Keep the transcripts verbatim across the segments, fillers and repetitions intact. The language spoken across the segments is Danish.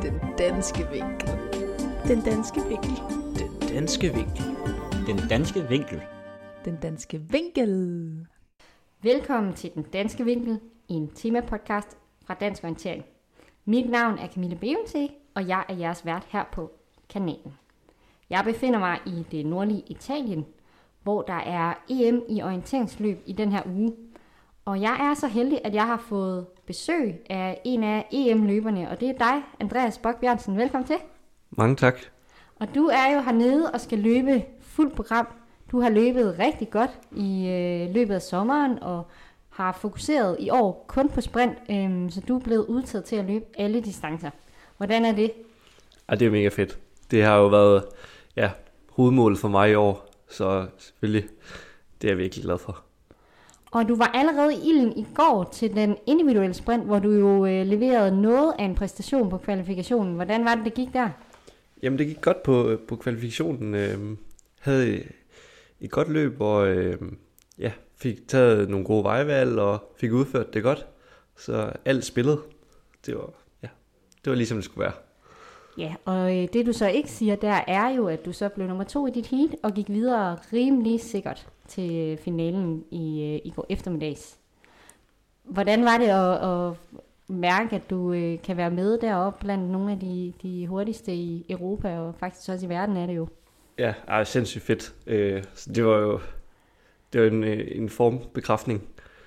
Den danske vinkel. Den danske vinkel. Den danske vinkel. Den danske vinkel. Den danske vinkel. Velkommen til Den Danske Vinkel, en temapodcast fra Dansk Orientering. Mit navn er Camille Bevensee, og jeg er jeres vært her på kanalen. Jeg befinder mig i det nordlige Italien, hvor der er E M i orienteringsløb i den her uge. Og jeg er så heldig, at jeg har fået besøg af en af E M-løberne, og det er dig, Andreas Bock-Bjørnsen. Velkommen til. Mange tak. Og du er jo hernede og skal løbe fuldt program. Du har løbet rigtig godt i øh, løbet af sommeren, og har fokuseret i år kun på sprint, øh, så du er blevet udtaget til at løbe alle distancer. Hvordan er det? Ja, det er mega fedt. Det har jo været ja, hovedmålet for mig i år, så selvfølgelig, det er jeg virkelig glad for. Og du var allerede i ilden i går til den individuelle sprint, hvor du jo øh, leverede noget af en præstation på kvalifikationen. Hvordan var det, det gik der? Jamen, det gik godt på, på kvalifikationen. Øh, havde et godt løb, hvor øh, ja, fik taget nogle gode vejvalg og fik udført det godt. Så alt spillet, det var, ja, det var ligesom det skulle være. Ja, og øh, det du så ikke siger der, er jo, at du så blev nummer to i dit heat og gik videre rimelig sikkert til finalen i, øh, i går eftermiddags. Hvordan var det at, at mærke, at du øh, kan være med deroppe blandt nogle af de, de hurtigste i Europa, og faktisk også i verden er det jo? Ja, det er sindssygt fedt. Øh, så det var jo det var en, en formbekræftning.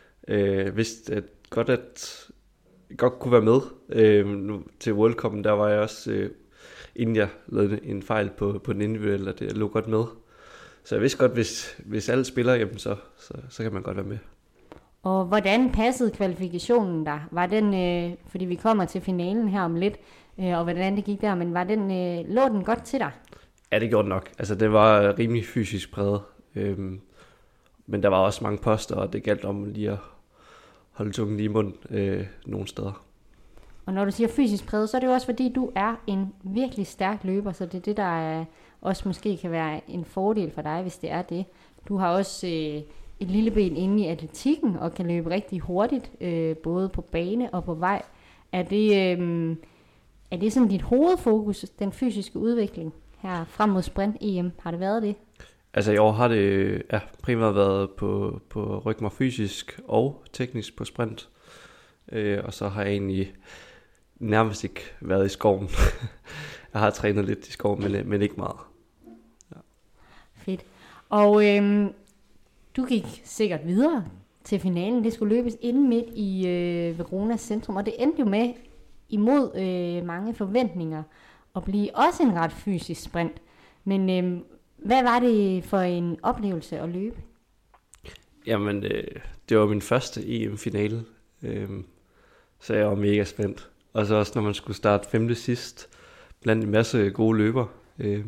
Øh, vidste at godt, at jeg godt kunne være med øh, nu, til World Cup'en. Der var jeg også, øh, inden jeg lavede en fejl på, på den individuelle, og det jeg lå godt med. Så jeg vidste godt, hvis, hvis alle spiller, jamen så, så, så kan man godt være med. Og hvordan passede kvalifikationen der? Var den, øh, fordi vi kommer til finalen her om lidt, øh, og hvordan det gik der, men var den, øh, lå den godt til dig? Ja, det gjorde det nok. Altså, det var rimelig fysisk præget. Øhm, men der var også mange poster, og det galt om lige at holde tungen lige i munden øh, nogle steder. Og når du siger fysisk præget, så er det jo også fordi, du er en virkelig stærk løber, så det er det, der er, også måske kan være en fordel for dig, hvis det er det. Du har også øh, et lille ben inde i atletikken, og kan løbe rigtig hurtigt, øh, både på bane og på vej. Er det, øh, er det sådan dit hovedfokus, den fysiske udvikling her frem mod sprint-E M? Har det været det? Altså i år har det ja, primært været på, på ryg mig fysisk og teknisk på sprint. Øh, og så har jeg egentlig nærmest ikke været i skoven. Jeg har trænet lidt i skoven, men, men ikke meget. Ja. Fedt. Og øhm, du gik sikkert videre til finalen. Det skulle løbes inde midt i øh, Veronas centrum, og det endte jo med imod øh, mange forventninger at blive også en ret fysisk sprint. Men øh, hvad var det for en oplevelse at løbe? Jamen, øh, det var min første E M-finale, øh, så jeg var mega spændt. Og så også, når man skulle starte femte sidst blandt en masse gode løber. Øh,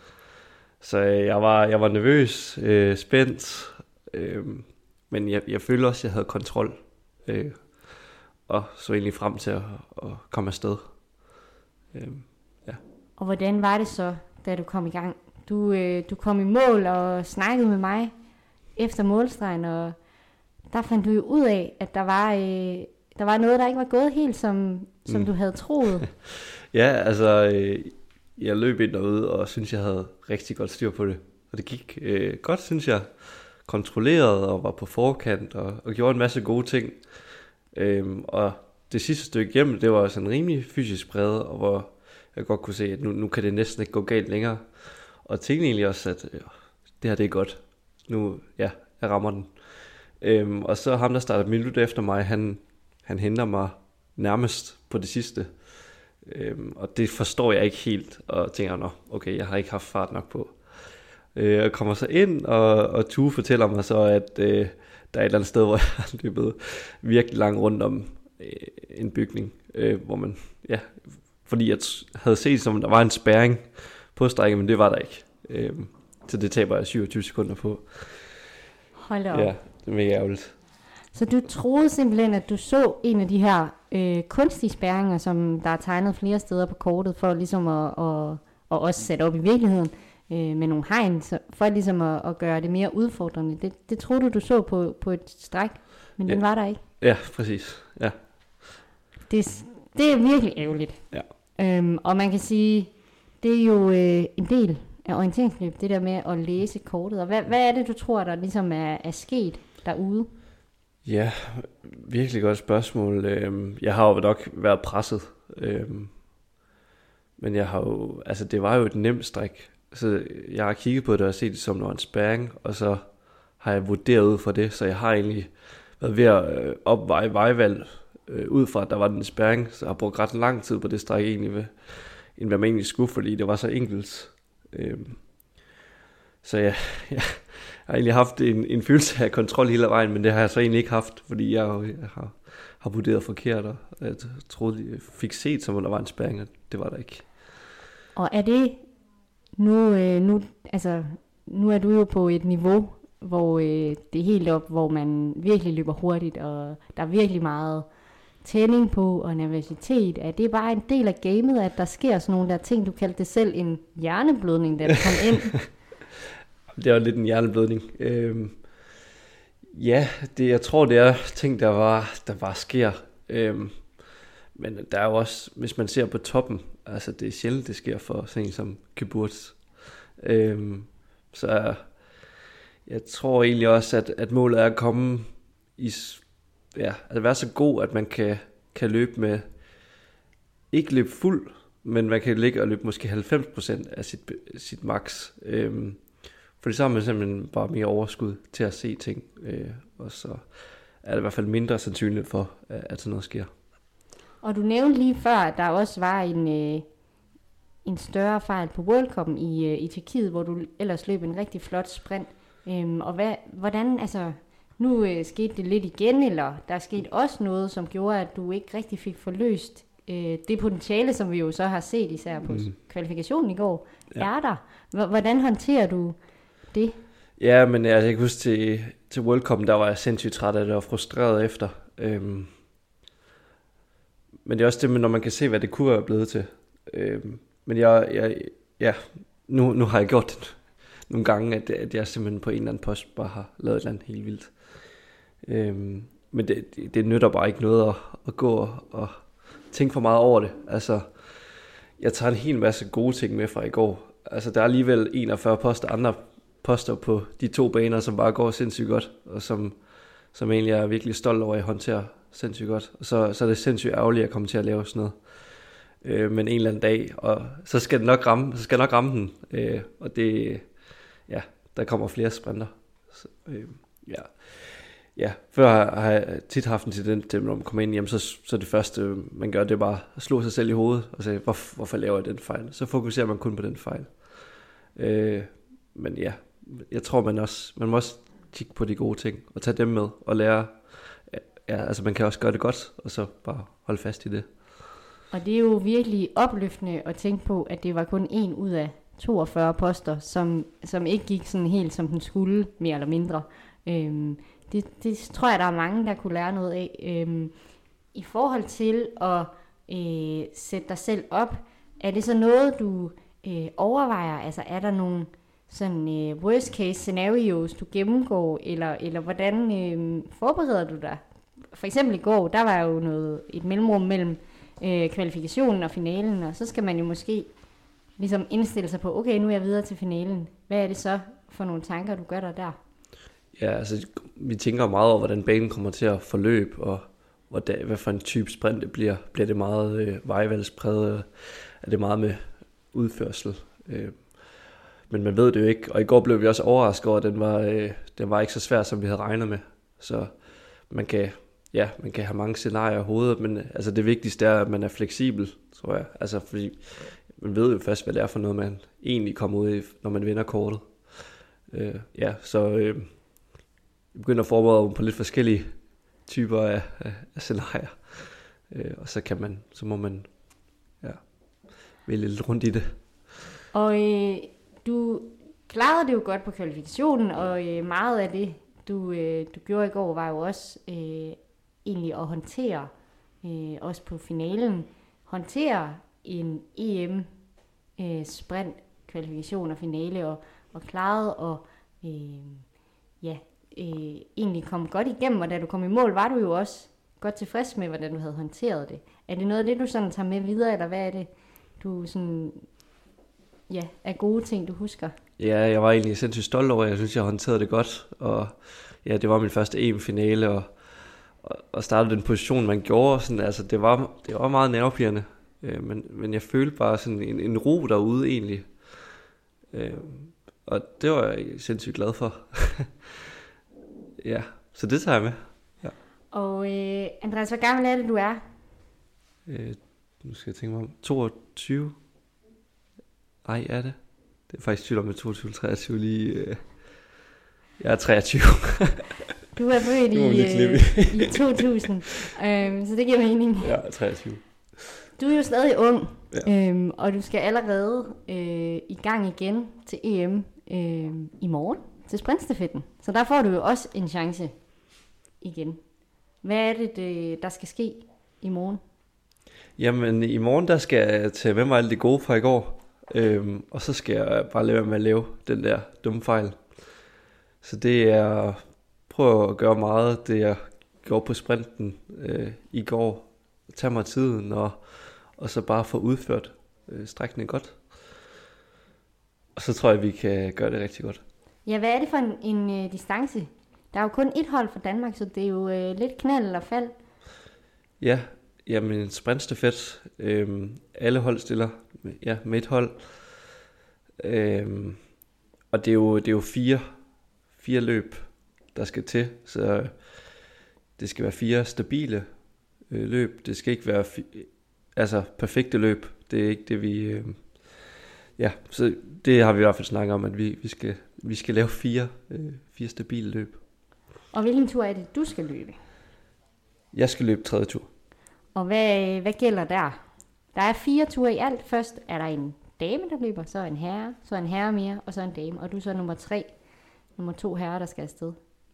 så jeg var, jeg var nervøs, øh, spændt, øh, men jeg, jeg følte også, at jeg havde kontrol. Øh, og så egentlig frem til at, at komme afsted. Øh, ja. Og hvordan var det så, da du kom i gang? Du, øh, du kom i mål og snakkede med mig efter målstregen, og der fandt du jo ud af, at der var, øh, der var noget, der ikke var gået helt, som, som mm. du havde troet. Ja, altså, øh, jeg løb ind derude, og synes jeg havde rigtig godt styr på det. Og det gik øh, godt, synes jeg. Kontrolleret og var på forkant, og, og gjorde en masse gode ting. Øhm, og det sidste stykke hjem, det var sådan rimelig fysisk præget, og hvor jeg godt kunne se, at nu, nu kan det næsten ikke gå galt længere. Og tænkte egentlig også, at øh, det her det er godt. Nu, ja, jeg rammer den. Øhm, og så ham, der startede minut efter mig, han, han henter mig nærmest på det sidste. Øhm, og det forstår jeg ikke helt, og tænker, nå, okay, jeg har ikke haft fart nok på. Øh, jeg kommer så ind, og, og Tue fortæller mig så, at øh, der er et eller andet sted, hvor jeg har løbet virkelig langt rundt om øh, en bygning, øh, hvor man, ja, fordi jeg havde set, som der var en spærring på strækket, men det var der ikke. Øh, så det taber jeg syvogtyve sekunder på. Hold da op. Ja, det er mega ærgerligt. Så du troede simpelthen, at du så en af de her øh, kunstige spærringer, som der er tegnet flere steder på kortet, for ligesom at, at, at også sætte op i virkeligheden øh, med nogle hegn, så for ligesom at, at gøre det mere udfordrende. Det, det troede du, du så på, på et stræk, men ja. Den var der ikke. Ja, præcis. Ja. Det, det er virkelig ærgerligt. Ja. Øhm, og man kan sige, det er jo øh, en del af orienteringsløb, det der med at læse kortet. Og hvad, hvad er det, du tror, der ligesom er, er sket derude? Ja, virkelig godt spørgsmål. Jeg har jo nok været presset. Men jeg har jo, altså det var jo et nemt strik. Så jeg har kigget på det og set det som noget en spærring, og så har jeg vurderet ud fra det, så jeg har egentlig været ved at opveje vejvalg ud fra, at der var den spærring, så jeg har brugt ret lang tid på det stræk egentlig, ved, end hvad man egentlig skulle, fordi det var så enkelt. Så ja, jeg har egentlig haft en, en følelse af kontrol hele vejen, men det har jeg så egentlig ikke haft, fordi jeg, jeg har, har vurderet forkert, og jeg troede, jeg fik set, som om der var en spærring, og det var der ikke. Og er det nu, øh, nu, altså, nu er du jo på et niveau, hvor øh, det er helt op, hvor man virkelig løber hurtigt, og der er virkelig meget tænding på, og nervøsitet. Er det bare en del af gamet, at der sker sådan nogle der ting, du kaldte det selv en hjerneblødning, da du kom ind? Det var lidt en hjerneblødning. Øhm, ja, det, jeg tror, det er ting, der bare, der bare sker. Øhm, men der er jo også, hvis man ser på toppen, altså det er sjældent, det sker for sådan en som Kyburz. Øhm, så jeg tror egentlig også, at, at målet er at komme i, ja, at være så god, at man kan, kan løbe med, ikke løbe fuld, men man kan ligge og løbe måske halvfems procent af sit, sit max. Øhm, fordi så har man simpelthen bare mere overskud til at se ting, øh, og så er det i hvert fald mindre sandsynligt for, at sådan noget sker. Og du nævnte lige før, at der også var en, øh, en større fejl på World Cup'en i, øh, i Tjekkiet, hvor du ellers løb en rigtig flot sprint. Øhm, og hvad, hvordan, altså, nu øh, skete det lidt igen, eller der skete også noget, som gjorde, at du ikke rigtig fik forløst øh, det potentiale, som vi jo så har set, især på mm. kvalifikationen i går, ja. Er der. H- hvordan håndterer du det? Ja, men altså, jeg kan huske til, til World Cup'en, der var jeg sindssygt træt af det og frustreret efter. Øhm, men det er også det, når man kan se, hvad det kunne være blevet til. Øhm, men jeg, jeg, ja, nu, nu har jeg gjort det nogle gange, at, at jeg simpelthen på en eller anden post bare har lavet et eller andet helt vildt. Øhm, men det, det, det nytter bare ikke noget at, at gå og, og tænke for meget over det. Altså, jeg tager en hel masse gode ting med fra i går. Altså, der er alligevel enogfyrre poster, andre poster på de to baner, som bare går sindssygt godt, og som, som egentlig er virkelig stolt over at håndtere sindssygt godt. Og så, så er det sindssygt ærgerligt at komme til at lave sådan noget. Øh, men en eller anden dag, og så skal det nok ramme, så skal nok ramme den. Øh, og det, ja, der kommer flere sprinter. Så, øh, ja. Ja, før har jeg tit haft en tendens til, når man kommer ind hjem, så, så det første, man gør, det er bare at slå sig selv i hovedet og sige, Hvor, hvorfor laver jeg den fejl? Så fokuserer man kun på den fejl. Øh, men ja, jeg tror, man også, man må også kigge på de gode ting og tage dem med og lære. Ja, altså man kan også gøre det godt, og så bare holde fast i det. Og det er jo virkelig opløftende at tænke på, at det var kun en ud af toogfyrre poster, som, som ikke gik sådan helt som den skulle, mere eller mindre. Øhm, det, det tror jeg, der er mange, der kunne lære noget af. Øhm, I forhold til at øh, sætte dig selv op, er det så noget, du øh, overvejer? Altså er der nogle sådan øh, worst case scenarios, du gennemgår, eller, eller hvordan øh, forbereder du dig? For eksempel i går, der var jo noget, et mellemrum mellem øh, kvalifikationen og finalen, og så skal man jo måske ligesom indstille sig på, okay, nu er jeg videre til finalen. Hvad er det så for nogle tanker, du gør dig der? Ja, altså vi tænker meget over, hvordan banen kommer til at forløbe, og hvordan, hvad for en type sprint det bliver. Bliver det meget øh, vejvalgspræget? Er det meget med udførsel? Øh, men man ved det jo ikke, og i går blev vi også overrasket over, at den var, øh, den var ikke så svær, som vi havde regnet med. Så man kan, ja, man kan have mange scenarier i hovedet, men altså det vigtigste er, at man er fleksibel, tror jeg. Altså fordi man ved jo først, hvad det er for noget, man egentlig kommer ud i, når man vinder kortet. Øh, ja, så øh, jeg begynder at forberede på lidt forskellige typer af, af, af scenarier. Øh, og så kan man, så må man ja, vælge lidt rundt i det. Og øh, du klarede det jo godt på kvalifikationen, og øh, meget af det, du, øh, du gjorde i går, var jo også øh, egentlig at håndtere, øh, også på finalen, håndtere en E M øh, sprint, kvalifikation og finale, og, og klarede og øh, ja, øh, egentlig kom godt igennem, og da du kom i mål, var du jo også godt tilfreds med, hvordan du havde håndteret det. Er det noget af det, du sådan tager med videre, eller hvad er det, du sådan, ja, er gode ting, du husker? Ja, jeg var egentlig sindssygt stolt over, jeg synes, jeg håndterede det godt, og ja, det var min første E M-finale, og, og, og starte den position, man gjorde, sådan, altså, det var, det var meget nervepirrende, øh, men, men jeg følte bare sådan en, en ro derude egentlig, øh, og det var jeg sindssygt glad for. Ja, så det tager jeg med. Ja. Og øh, Andreas, hvor gammel er det, du er? Øh, nu skal jeg tænke mig om, toogtyve? Ej, er det? Det er faktisk tvivl om, med toogtyve treogtyve lige... Øh... Jeg er treogtyve. Du er født i, øh, i to tusind, øhm, så det giver mening. Ja, treogtyve. Du er jo stadig ung, ja. øhm, og du skal allerede øh, i gang igen til E M øh, i morgen, til sprintstafetten. Så der får du jo også en chance igen. Hvad er det, det der skal ske i morgen? Jamen, i morgen der skal jeg tage med mig alt det gode fra i går. Øhm, og så skal jeg bare lade være med at lave den der dumme fejl. Så det er prøve at gøre meget det jeg gjorde på sprinten øh, i går. Tage mig tiden og, og så bare få udført øh, strækningen godt. Og så tror jeg vi kan gøre det rigtig godt. Ja, hvad er det for en, en uh, distance? Der er jo kun et hold for Danmark, så det er jo uh, lidt knald eller fald. Ja, jamen en sprintstafet. Øh, alle hold stiller med, ja, med et hold. Øh, og det er jo, det er jo fire, fire løb, der skal til. Så det skal være fire stabile øh, løb. Det skal ikke være fi- altså perfekte løb. Det er ikke det, vi... Øh, ja, så det har vi i hvert fald snakket om, at vi, vi, skal, vi skal lave fire, øh, fire stabile løb. Og hvilken tur er det, du skal løbe? Jeg skal løbe tredje tur. Og hvad, hvad gælder der? Der er fire ture i alt. Først er der en dame, der løber, så en herre, så en herre mere, og så en dame. Og du er så nummer tre, nummer to herrer, der skal afsted.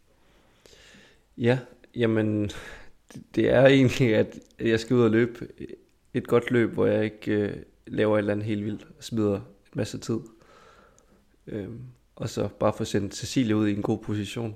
Ja, jamen, det er egentlig, at jeg skal ud og løbe et godt løb, hvor jeg ikke øh, laver et eller andet helt vildt og smider en masse tid. Øhm, og så bare få sendt Cecilie ud i en god position.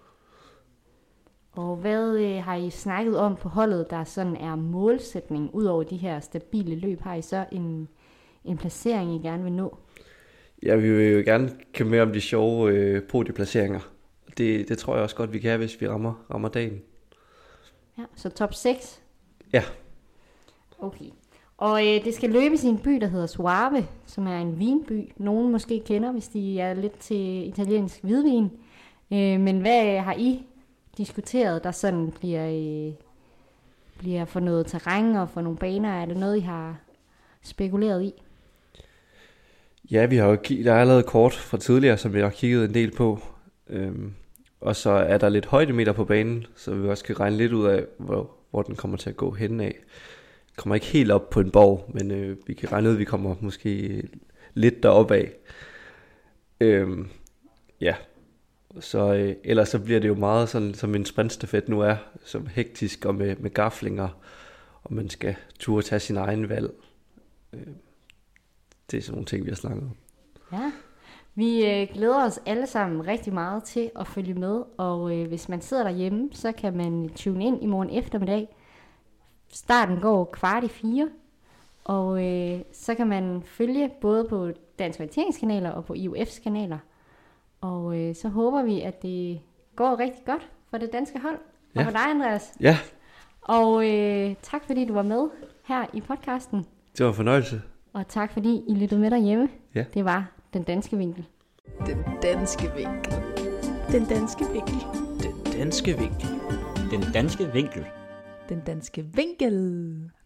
Og hvad øh, har I snakket om på holdet, der sådan er målsætning, ud over de her stabile løb? Har I så en, en placering, I gerne vil nå? Ja, vi vil jo gerne kæmpe med om de sjove øh, podieplaceringer. Det, det tror jeg også godt, vi kan, hvis vi rammer, rammer dagen. Ja, så top seks? Ja. Okay. Og øh, det skal løbes i en by, der hedder Soave, som er en vinby. Nogen måske kender, hvis de er lidt til italiensk hvidvin. Øh, men hvad har I diskuteret, der sådan bliver, øh, bliver for noget terræn og for nogle baner? Er det noget, I har spekuleret i? Ja, vi har jo k- der er allerede kort fra tidligere, som vi har kigget en del på. Øhm, og så er der lidt højdemeter på banen, så vi også kan regne lidt ud af, hvor, hvor den kommer til at gå hen af. Kommer ikke helt op på en borg, men øh, vi kan regne ud, at vi kommer måske lidt deroppe af. Øhm, ja, så øh, ellers så bliver det jo meget sådan, som en sprintstafet nu er, som hektisk og med, med gaflinger, og man skal turde tage sin egen valg. Øh, det er sådan nogle ting, vi har snakket om. Ja, vi øh, glæder os alle sammen rigtig meget til at følge med, og øh, hvis man sidder derhjemme, så kan man tune ind i morgen eftermiddag. Starten går kvart i fire, og øh, så kan man følge både på Dansk Orienteringskanaler og på I U F's kanaler. Og øh, så håber vi, at det går rigtig godt for det danske hold. Ja. Og for dig, Andreas. Ja. Og øh, tak fordi du var med her i podcasten. Det var en fornøjelse. Og tak fordi I lyttede med derhjemme. Ja. Det var Den Danske Vinkel. Den danske vinkel. Den danske vinkel. Den danske vinkel. Den danske vinkel. Den danske vinkel.